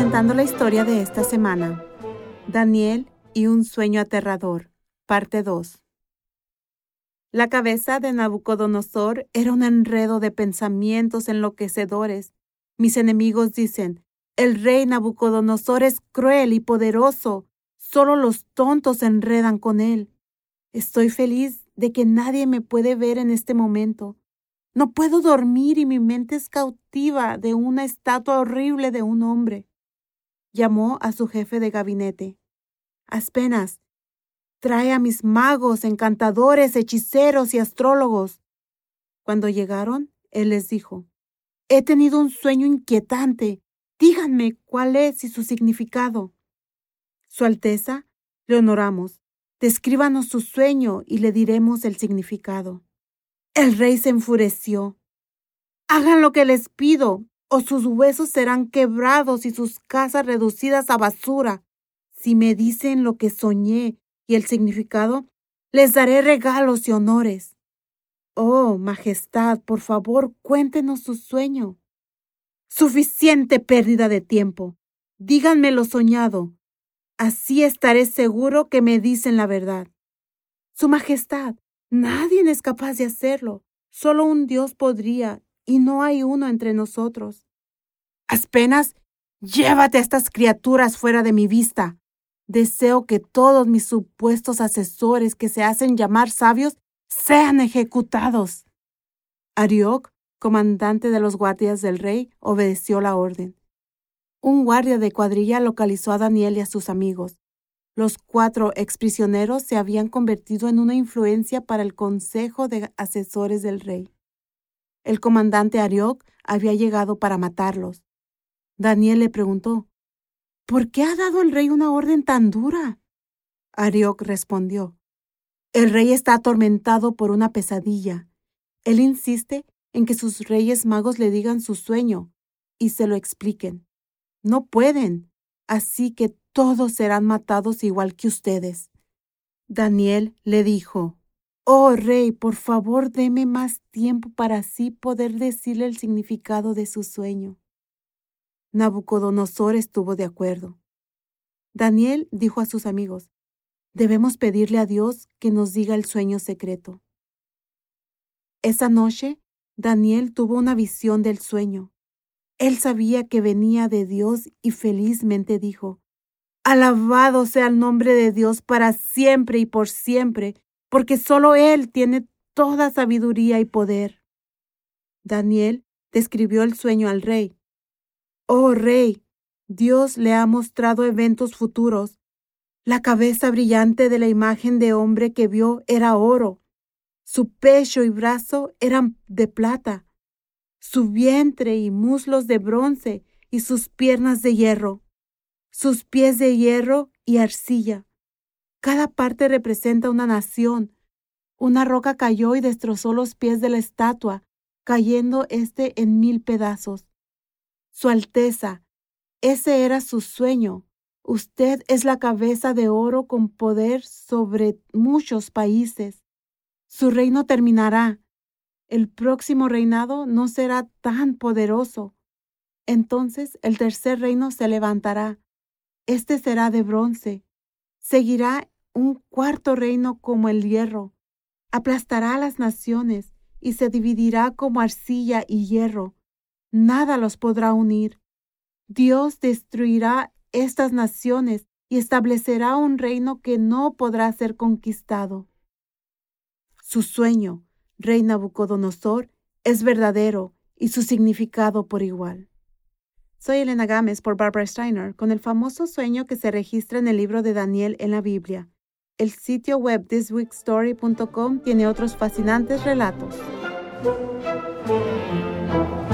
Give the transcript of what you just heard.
presentando la historia de esta semana. Daniel y un sueño aterrador, parte 2. La cabeza de Nabucodonosor era un enredo de pensamientos enloquecedores. Mis enemigos dicen, el rey Nabucodonosor es cruel y poderoso. Solo los tontos se enredan con él. Estoy feliz de que nadie me puede ver en este momento. No puedo dormir y mi mente es cautiva de una estatua horrible de un hombre. Llamó a su jefe de gabinete. Aspenas, trae a mis magos, encantadores, hechiceros y astrólogos. Cuando llegaron, él les dijo, he tenido un sueño inquietante. Díganme cuál es y su significado. Su Alteza, le honoramos. Descríbanos su sueño y le diremos el significado. El rey se enfureció. Hagan lo que les pido, o sus huesos serán quebrados y sus casas reducidas a basura. Si me dicen lo que soñé y el significado, les daré regalos y honores. Oh, Majestad, por favor, cuéntenos su sueño. Suficiente pérdida de tiempo. Díganme lo soñado. Así estaré seguro que me dicen la verdad. Su Majestad, nadie es capaz de hacerlo. Solo un Dios podría, y no hay uno entre nosotros. Aspenas, llévate a estas criaturas fuera de mi vista. Deseo que todos mis supuestos asesores que se hacen llamar sabios sean ejecutados. Arioc, comandante de los guardias del rey, obedeció la orden. Un guardia de cuadrilla localizó a Daniel y a sus amigos. Los 4 exprisioneros se habían convertido en una influencia para el consejo de asesores del rey. El comandante Arioc había llegado para matarlos. Daniel le preguntó, ¿por qué ha dado el rey una orden tan dura? Arioc respondió, el rey está atormentado por una pesadilla. Él insiste en que sus reyes magos le digan su sueño y se lo expliquen. No pueden, así que todos serán matados igual que ustedes. Daniel le dijo, oh rey, por favor deme más tiempo para así poder decirle el significado de su sueño. Nabucodonosor estuvo de acuerdo. Daniel dijo a sus amigos, debemos pedirle a Dios que nos diga el sueño secreto. Esa noche, Daniel tuvo una visión del sueño. Él sabía que venía de Dios y felizmente dijo, alabado sea el nombre de Dios para siempre y por siempre, porque solo Él tiene toda sabiduría y poder. Daniel describió el sueño al rey. Oh rey, Dios le ha mostrado eventos futuros. La cabeza brillante de la imagen de hombre que vio era oro. Su pecho y brazo eran de plata. Su vientre y muslos de bronce y sus piernas de hierro. Sus pies de hierro y arcilla. Cada parte representa una nación. Una roca cayó y destrozó los pies de la estatua, cayendo en 1000 pedazos. Su Alteza, ese era su sueño. Usted es la cabeza de oro con poder sobre muchos países. Su reino terminará. El próximo reinado no será tan poderoso. Entonces el tercer reino se levantará. Este será de bronce. Seguirá un cuarto reino como el hierro. Aplastará a las naciones y se dividirá como arcilla y hierro. Nada los podrá unir. Dios destruirá estas naciones y establecerá un reino que no podrá ser conquistado. Su sueño, rey Nabucodonosor, es verdadero y su significado por igual. Soy Elena Gámez por Barbara Steiner con el famoso sueño que se registra en el libro de Daniel en la Biblia. El sitio web thisweekstory.com tiene otros fascinantes relatos.